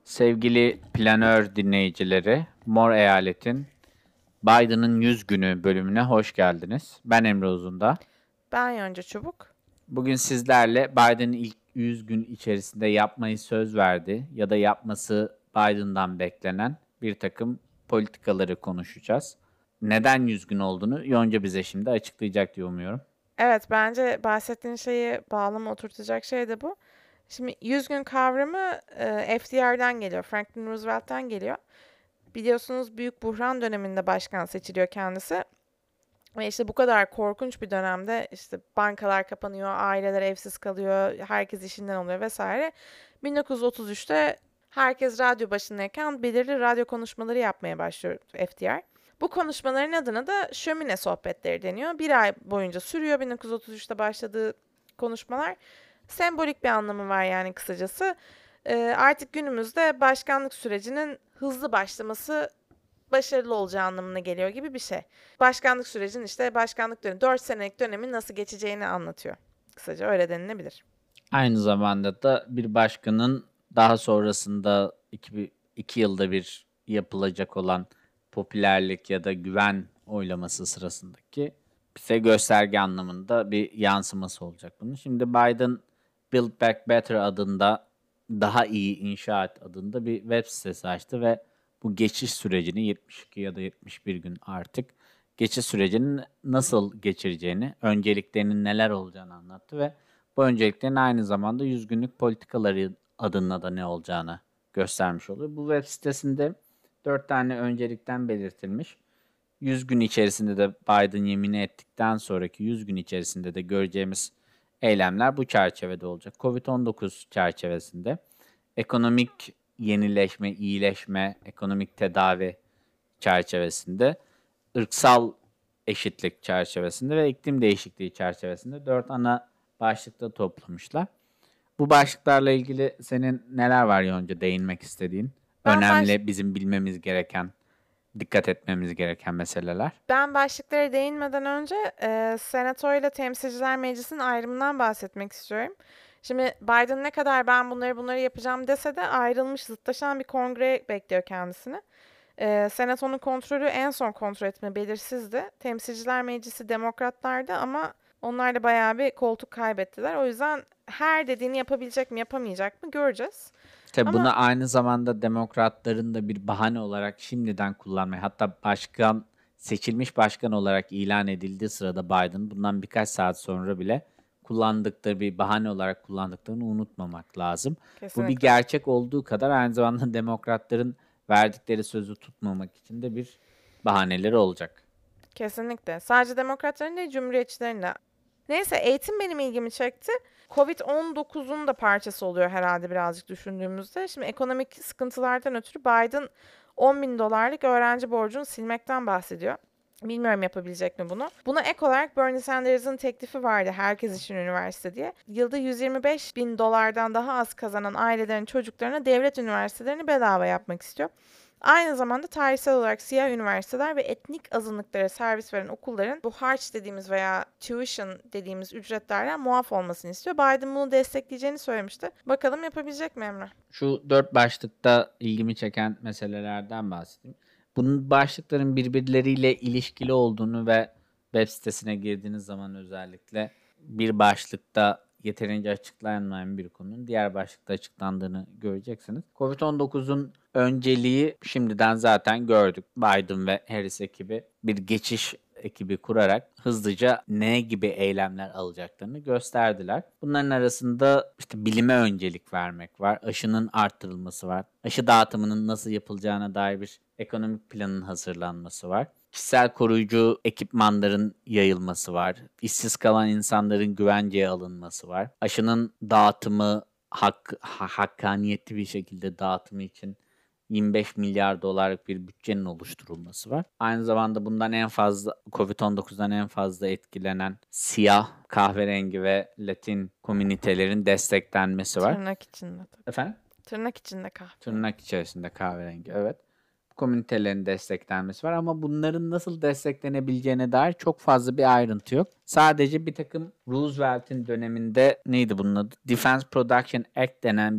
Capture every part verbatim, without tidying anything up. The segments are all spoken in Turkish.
Sevgili planör dinleyicileri, Mor Eyalet'in Biden'ın yüz günü bölümüne hoş geldiniz. Ben Emre Uzunda. Ben Yonca Çubuk. Bugün sizlerle Biden'ın ilk yüz gün içerisinde yapmayı söz verdi ya da yapması Biden'dan beklenen bir takım politikaları konuşacağız. Neden yüz gün olduğunu Yonca bize şimdi açıklayacak diye umuyorum. Evet, bence bahsettiğin şeyi bağlama oturtacak şey de bu. Şimdi yüz gün kavramı e, F D R'den geliyor, Franklin Roosevelt'ten geliyor. Biliyorsunuz büyük buhran döneminde başkan seçiliyor kendisi. Ve işte bu kadar korkunç bir dönemde işte bankalar kapanıyor, aileler evsiz kalıyor, herkes işinden oluyor vesaire. bin dokuz yüz otuz üçte herkes radyo başındayken belirli radyo konuşmaları yapmaya başlıyor F D R. Bu konuşmaların adına da şömine sohbetleri deniyor. Bir ay boyunca sürüyor bin dokuz yüz otuz üçte başladığı konuşmalar. Sembolik bir anlamı var yani kısacası. Ee, artık günümüzde başkanlık sürecinin hızlı başlaması başarılı olacağı anlamına geliyor gibi bir şey. Başkanlık sürecinin işte başkanlık dönemi, dört senelik dönemin nasıl geçeceğini anlatıyor. Kısaca öyle denilebilir. Aynı zamanda da bir başkanın daha sonrasında iki, iki yılda bir yapılacak olan popülerlik ya da güven oylaması sırasındaki bize gösterge anlamında bir yansıması olacak bunun. Şimdi Biden Build Back Better adında daha iyi inşaat adında bir web sitesi açtı ve bu geçiş sürecini yetmiş iki ya da yetmiş bir gün artık geçiş sürecinin nasıl geçireceğini, önceliklerinin neler olacağını anlattı ve bu önceliklerin aynı zamanda yüz günlük politikaları adına da ne olacağını göstermiş oluyor. Bu web sitesinde dört tane öncelikten belirtilmiş. yüz gün içerisinde de Biden yemini ettikten sonraki yüz gün içerisinde de göreceğimiz eylemler bu çerçevede olacak. covid on dokuz çerçevesinde ekonomik yenileşme, iyileşme, ekonomik tedavi çerçevesinde, ırksal eşitlik çerçevesinde ve iklim değişikliği çerçevesinde dört ana başlıkta toplamışlar. Bu başlıklarla ilgili senin neler var Yonca değinmek istediğin? Ben Önemli, baş... bizim bilmemiz gereken, dikkat etmemiz gereken meseleler. Ben başlıklara değinmeden önce e, Senato ile Temsilciler Meclisi'nin ayrımından bahsetmek istiyorum. Şimdi Biden ne kadar ben bunları bunları yapacağım dese de ayrılmış, zıtlaşan bir kongre bekliyor kendisini. E, Senato'nun kontrolü en son kontrol etme belirsizdi. Temsilciler Meclisi demokratlardı ama onlar da bayağı bir koltuk kaybettiler. O yüzden her dediğini yapabilecek mi yapamayacak mı göreceğiz. Tabii Ama bunu aynı zamanda demokratların da bir bahane olarak şimdiden kullanmaya, hatta başkan seçilmiş başkan olarak ilan edildiği sırada Biden bundan birkaç saat sonra bile kullandıkları bir bahane olarak kullandıklarını unutmamak lazım. Bu bir kesinlikle. gerçek olduğu kadar aynı zamanda demokratların verdikleri sözü tutmamak için de bir bahaneleri olacak. Kesinlikle. Sadece demokratların değil, cumhuriyetçilerin de. Neyse, eğitim benim ilgimi çekti. covid on dokuzun da parçası oluyor herhalde birazcık düşündüğümüzde. Şimdi ekonomik sıkıntılardan ötürü Biden on bin dolarlık öğrenci borcunu silmekten bahsediyor. Bilmiyorum yapabilecek mi bunu. Buna ek olarak Bernie Sanders'ın teklifi vardı herkes için üniversite diye. Yılda yüz yirmi beş bin dolardan daha az kazanan ailelerin çocuklarına devlet üniversitelerini bedava yapmak istiyor. Aynı zamanda tarihsel olarak siyah üniversiteler ve etnik azınlıklara servis veren okulların bu harç dediğimiz veya tuition dediğimiz ücretlerden muaf olmasını istiyor. Biden bunu destekleyeceğini söylemişti. Bakalım yapabilecek mi Emre? Şu dört başlıkta ilgimi çeken meselelerden bahsedeyim. Bunun başlıkların birbirleriyle ilişkili olduğunu ve web sitesine girdiğiniz zaman özellikle bir başlıkta yeterince açıklanmayan bir konunun diğer başlıkta açıklandığını göreceksiniz. covid on dokuzun önceliği şimdiden zaten gördük. Biden ve Harris ekibi bir geçiş ekibi kurarak hızlıca ne gibi eylemler alacaklarını gösterdiler. Bunların arasında işte bilime öncelik vermek var, aşının arttırılması var, aşı dağıtımının nasıl yapılacağına dair bir ekonomik planın hazırlanması var. Kişisel koruyucu ekipmanların yayılması var. İşsiz kalan insanların güvenceye alınması var. Aşının dağıtımı hak, ha, hakkaniyetli bir şekilde dağıtımı için yirmi beş milyar dolarlık bir bütçenin oluşturulması var. Aynı zamanda bundan en fazla covid on dokuzdan en fazla etkilenen siyah, kahverengi ve Latin komünitelerin desteklenmesi var. Tırnak içinde tabii. Efendim? Tırnak içinde kahve. Tırnak içerisinde kahverengi, evet. Komünitelerin desteklenmesi var ama bunların nasıl desteklenebileceğine dair çok fazla bir ayrıntı yok. Sadece bir takım Roosevelt'in döneminde neydi bunun adı? Defense Production Act denen bir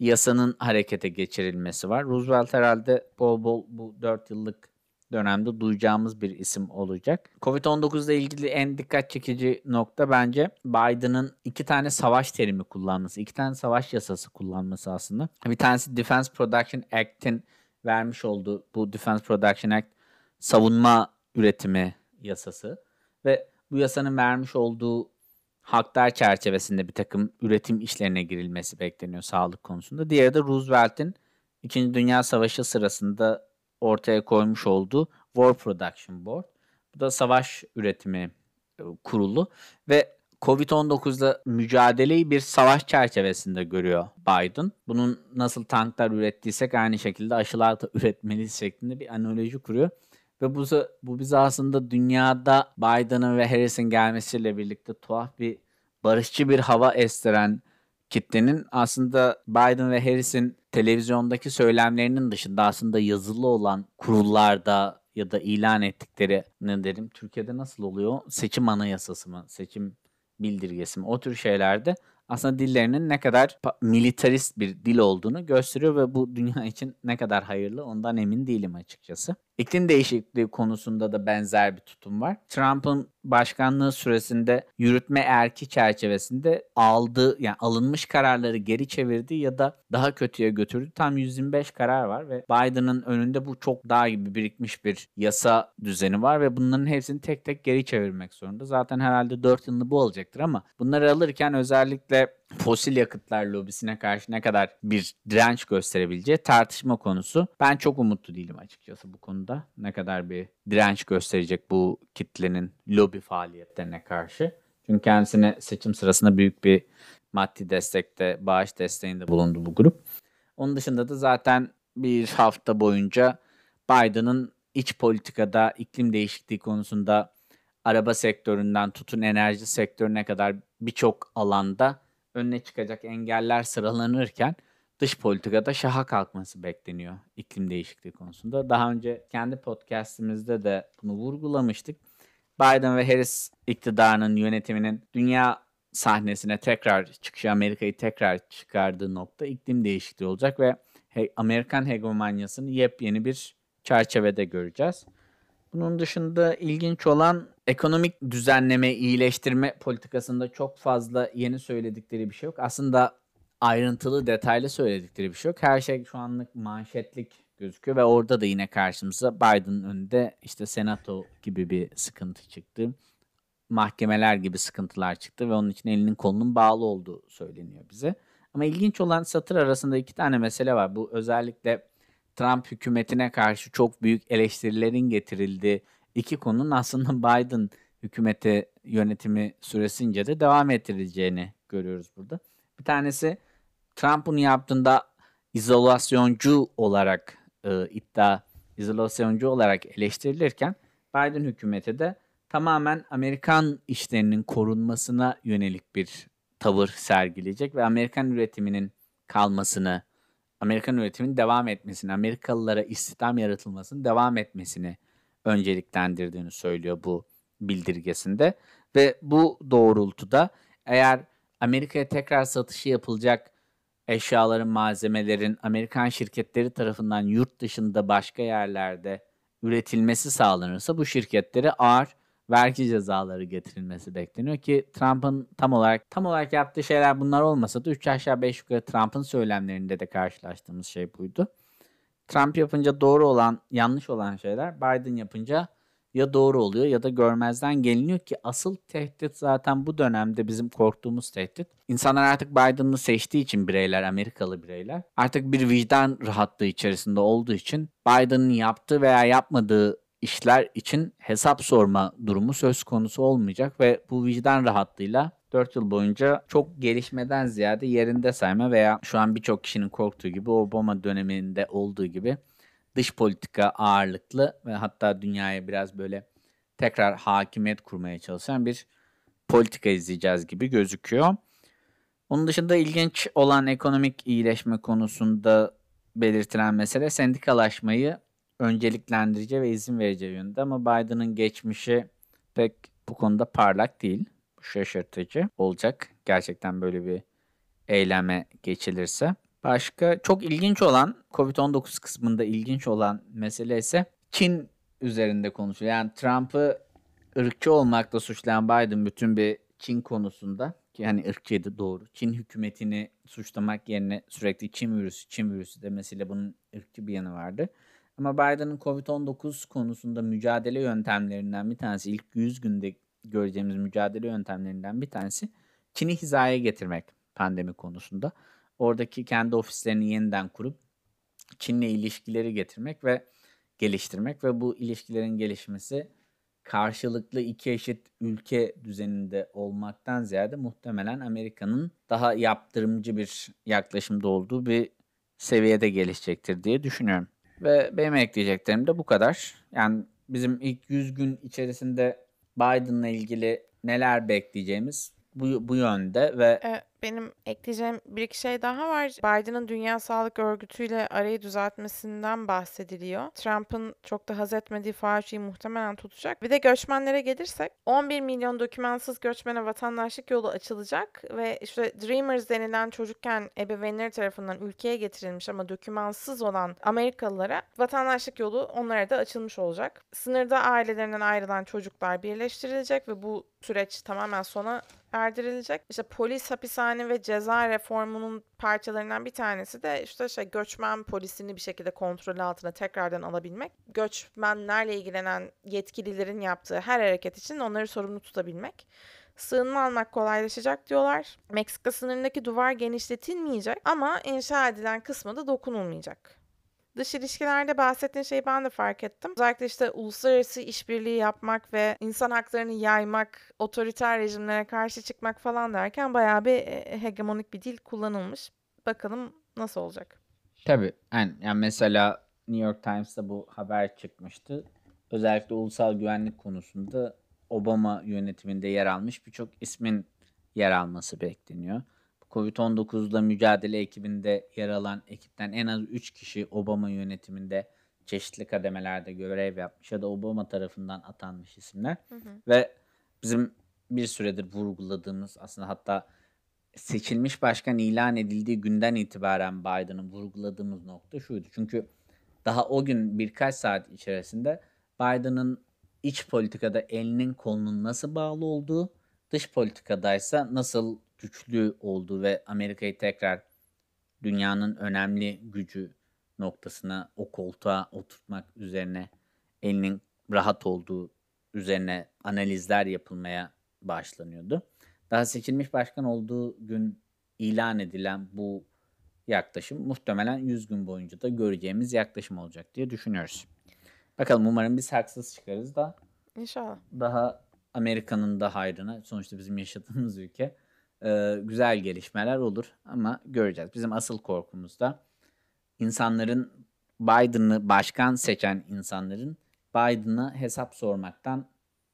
yasanın harekete geçirilmesi var. Roosevelt herhalde bol bol bu dört yıllık dönemde duyacağımız bir isim olacak. covid on dokuz ile ilgili en dikkat çekici nokta bence Biden'ın iki tane savaş terimi kullanması, iki tane savaş yasası kullanması aslında. Bir tanesi Defense Production Act'in vermiş olduğu, bu Defense Production Act savunma üretimi yasası ve bu yasanın vermiş olduğu haklar çerçevesinde bir takım üretim işlerine girilmesi bekleniyor sağlık konusunda. Diğeri de Roosevelt'in İkinci Dünya Savaşı sırasında ortaya koymuş olduğu War Production Board. Bu da savaş üretimi kurulu ve covid on dokuzla mücadeleyi bir savaş çerçevesinde görüyor Biden. Bunun nasıl tanklar ürettiysek aynı şekilde aşılar da üretmeliyiz şeklinde bir analoji kuruyor. Ve bu, bu bize aslında dünyada Biden'ın ve Harris'in gelmesiyle birlikte tuhaf bir barışçı bir hava estiren kitlenin aslında Biden ve Harris'in televizyondaki söylemlerinin dışında aslında yazılı olan kurullarda ya da ilan ettikleri, ne derim, Türkiye'de nasıl oluyor? Seçim anayasası mı? Seçim bildirgesi mi? O tür şeylerde aslında dillerinin ne kadar militarist bir dil olduğunu gösteriyor ve bu dünya için ne kadar hayırlı ondan emin değilim açıkçası. İklim değişikliği konusunda da benzer bir tutum var. Trump'ın başkanlığı süresinde yürütme erki çerçevesinde aldığı, yani alınmış kararları geri çevirdi ya da daha kötüye götürdü. Tam yüz yirmi beş karar var ve Biden'ın önünde bu çok dağ gibi birikmiş bir yasa düzeni var ve bunların hepsini tek tek geri çevirmek zorunda. Zaten herhalde dört yılını bu alacaktır ama bunları alırken özellikle fosil yakıtlar lobisine karşı ne kadar bir direnç gösterebileceği tartışma konusu. Ben çok umutlu değilim açıkçası bu konuda. Ne kadar bir direnç gösterecek bu kitlenin lobi faaliyetlerine karşı. Çünkü kendisine seçim sırasında büyük bir maddi destekte, bağış desteğinde bulundu bu grup. Onun dışında da zaten bir hafta boyunca Biden'ın iç politikada, iklim değişikliği konusunda araba sektöründen tutun enerji sektörüne kadar birçok alanda önüne çıkacak engeller sıralanırken dış politikada şaha kalkması bekleniyor iklim değişikliği konusunda. Daha önce kendi podcastimizde de bunu vurgulamıştık. Biden ve Harris iktidarının yönetiminin dünya sahnesine tekrar çıkışı, Amerika'yı tekrar çıkardığı nokta iklim değişikliği olacak ve Amerikan hegemonyasını yepyeni bir çerçevede göreceğiz. Bunun dışında ilginç olan ekonomik düzenleme, iyileştirme politikasında çok fazla yeni söyledikleri bir şey yok. Aslında ayrıntılı, detaylı söyledikleri bir şey yok. Her şey şu anlık manşetlik gözüküyor ve orada da yine karşımıza Biden'ın önünde işte senato gibi bir sıkıntı çıktı. Mahkemeler gibi sıkıntılar çıktı ve onun için elinin kolunun bağlı olduğu söyleniyor bize. Ama ilginç olan satır arasında iki tane mesele var. Bu özellikle Trump hükümetine karşı çok büyük eleştirilerin getirildiği iki konunun aslında Biden hükümeti yönetimi süresince de devam ettirileceğini görüyoruz burada. Bir tanesi Trump'ın yaptığında izolasyoncu olarak e, iddia, izolasyoncu olarak eleştirilirken Biden hükümeti de tamamen Amerikan işlerinin korunmasına yönelik bir tavır sergileyecek ve Amerikan üretiminin kalmasını, Amerikan üretiminin devam etmesini, Amerikalılara istihdam yaratılmasının devam etmesini önceliklendirdiğini söylüyor bu bildirgesinde. Ve bu doğrultuda eğer Amerika'ya tekrar satışı yapılacak eşyaların, malzemelerin Amerikan şirketleri tarafından yurt dışında başka yerlerde üretilmesi sağlanırsa bu şirketlere ağır vergi cezaları getirilmesi bekleniyor ki Trump'ın tam olarak tam olarak yaptığı şeyler bunlar olmasa da üç aşağı beş yukarı Trump'ın söylemlerinde de karşılaştığımız şey buydu. Trump yapınca doğru olan, yanlış olan şeyler Biden yapınca ya doğru oluyor ya da görmezden geliniyor ki asıl tehdit zaten bu dönemde bizim korktuğumuz tehdit. İnsanlar artık Biden'ı seçtiği için bireyler, Amerikalı bireyler artık bir vicdan rahatlığı içerisinde olduğu için Biden'ın yaptığı veya yapmadığı işler için hesap sorma durumu söz konusu olmayacak ve bu vicdan rahatlığıyla dört yıl boyunca çok gelişmeden ziyade yerinde sayma veya şu an birçok kişinin korktuğu gibi Obama döneminde olduğu gibi dış politika ağırlıklı ve hatta dünyaya biraz böyle tekrar hakimiyet kurmaya çalışan bir politika izleyeceğiz gibi gözüküyor. Onun dışında ilginç olan ekonomik iyileşme konusunda belirtilen mesele sendikalaşmayı önceliklendireceği ve izin vereceği yönünde ama Biden'ın geçmişi pek bu konuda parlak değil. Bu şaşırtıcı olacak gerçekten böyle bir eyleme geçilirse. Başka çok ilginç olan, covid on dokuz kısmında ilginç olan mesele ise Çin üzerinde konuşuyor. Yani Trump'ı ırkçı olmakla suçlayan Biden bütün bir Çin konusunda, ki hani ırkçıydı, doğru. Çin hükümetini suçlamak yerine sürekli Çin virüsü, Çin virüsü demesiyle bunun ırkçı bir yanı vardı. Ama Biden'ın covid on dokuz konusunda mücadele yöntemlerinden bir tanesi, ilk yüz günde göreceğimiz mücadele yöntemlerinden bir tanesi Çin'i hizaya getirmek pandemi konusunda. Oradaki kendi ofislerini yeniden kurup Çin'le ilişkileri getirmek ve geliştirmek ve bu ilişkilerin gelişmesi karşılıklı iki eşit ülke düzeninde olmaktan ziyade muhtemelen Amerika'nın daha yaptırımcı bir yaklaşımda olduğu bir seviyede gelişecektir diye düşünüyorum. Ve benim ekleyeceklerim de bu kadar. Yani bizim ilk yüz gün içerisinde Biden'la ilgili neler bekleyeceğimiz bu, bu yönde ve Ee, benim ekleyeceğim bir iki şey daha var. Biden'ın Dünya Sağlık Örgütü ile arayı düzeltmesinden bahsediliyor. Trump'ın çok da haz etmediği Fauci'yi muhtemelen tutacak. Bir de göçmenlere gelirsek on bir milyon dokümansız göçmene vatandaşlık yolu açılacak ve işte Dreamers denilen çocukken ebeveynleri tarafından ülkeye getirilmiş ama dokümansız olan Amerikalılara vatandaşlık yolu onlara da açılmış olacak. Sınırda ailelerinden ayrılan çocuklar birleştirilecek ve bu süreç tamamen sona erdirilecek. İşte polis, hapishane ve ceza reformunun parçalarından bir tanesi de işte şey göçmen polisini bir şekilde kontrol altına tekrardan alabilmek. Göçmenlerle ilgilenen yetkililerin yaptığı her hareket için onları sorumlu tutabilmek. Sığınma almak kolaylaşacak diyorlar. Meksika sınırındaki duvar genişletilmeyecek ama inşa edilen kısmı da dokunulmayacak. Dış ilişkilerde bahsettiğin şeyi ben de fark ettim. Özellikle işte uluslararası işbirliği yapmak ve insan haklarını yaymak, otoriter rejimlere karşı çıkmak falan derken bayağı bir e, hegemonik bir dil kullanılmış. Bakalım nasıl olacak? tabii yani, yani mesela New York Times'ta bu haber çıkmıştı. Özellikle ulusal güvenlik konusunda Obama yönetiminde yer almış birçok ismin yer alması bekleniyor. covid on dokuzla mücadele ekibinde yer alan ekipten en az üç kişi Obama yönetiminde çeşitli kademelerde görev yapmış ya da Obama tarafından atanmış isimler. Hı hı. Ve bizim bir süredir vurguladığımız, aslında hatta seçilmiş başkan ilan edildiği günden itibaren Biden'ın vurguladığımız nokta şuydu. Çünkü daha o gün birkaç saat içerisinde Biden'ın iç politikada elinin kolunun nasıl bağlı olduğu, dış politikadaysa nasıl güçlü olduğu ve Amerika'yı tekrar dünyanın önemli gücü noktasına, o koltuğa oturtmak üzerine elinin rahat olduğu üzerine analizler yapılmaya başlanıyordu. Daha seçilmiş başkan olduğu gün ilan edilen bu yaklaşım muhtemelen yüz gün boyunca da göreceğimiz yaklaşım olacak diye düşünüyoruz. Bakalım, umarım biz haksız çıkarız da İnşallah. daha Amerika'nın da hayrına, sonuçta bizim yaşadığımız ülke, e, güzel gelişmeler olur ama göreceğiz. Bizim asıl korkumuz da insanların, Biden'ı başkan seçen insanların Biden'a hesap sormaktan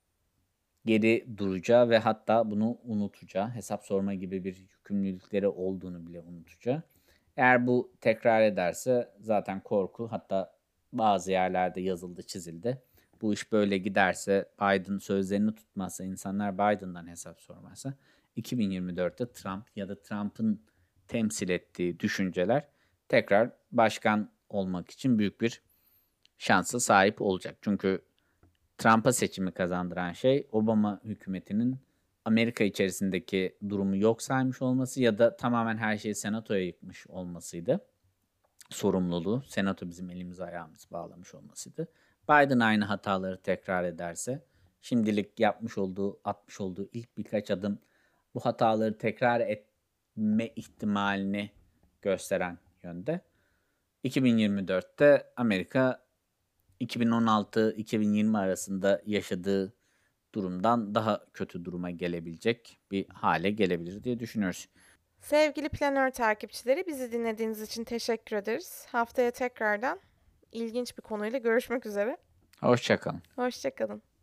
geri duracağı ve hatta bunu unutacağı, hesap sorma gibi bir yükümlülükleri olduğunu bile unutacağı. Eğer bu tekrar ederse zaten korku, hatta bazı yerlerde yazıldı, çizildi. Bu iş böyle giderse, Biden sözlerini tutmazsa, insanlar Biden'dan hesap sormazsa iki bin yirmi dörtte Trump ya da Trump'ın temsil ettiği düşünceler tekrar başkan olmak için büyük bir şansa sahip olacak. Çünkü Trump'a seçimi kazandıran şey Obama hükümetinin Amerika içerisindeki durumu yok saymış olması ya da tamamen her şeyi senatoya yıkmış olmasıydı. Sorumluluğu senato bizim elimiz ayağımız bağlamış olmasıydı. Biden aynı hataları tekrar ederse, şimdilik yapmış olduğu, atmış olduğu ilk birkaç adım bu hataları tekrar etme ihtimalini gösteren yönde. iki bin yirmi dörtte Amerika iki bin on altı iki bin yirmi arasında yaşadığı durumdan daha kötü duruma gelebilecek bir hale gelebilir diye düşünüyoruz. Sevgili Planör takipçileri, bizi dinlediğiniz için teşekkür ederiz. Haftaya tekrardan ilginç bir konuyla görüşmek üzere. Hoşça kalın. Hoşça kalın.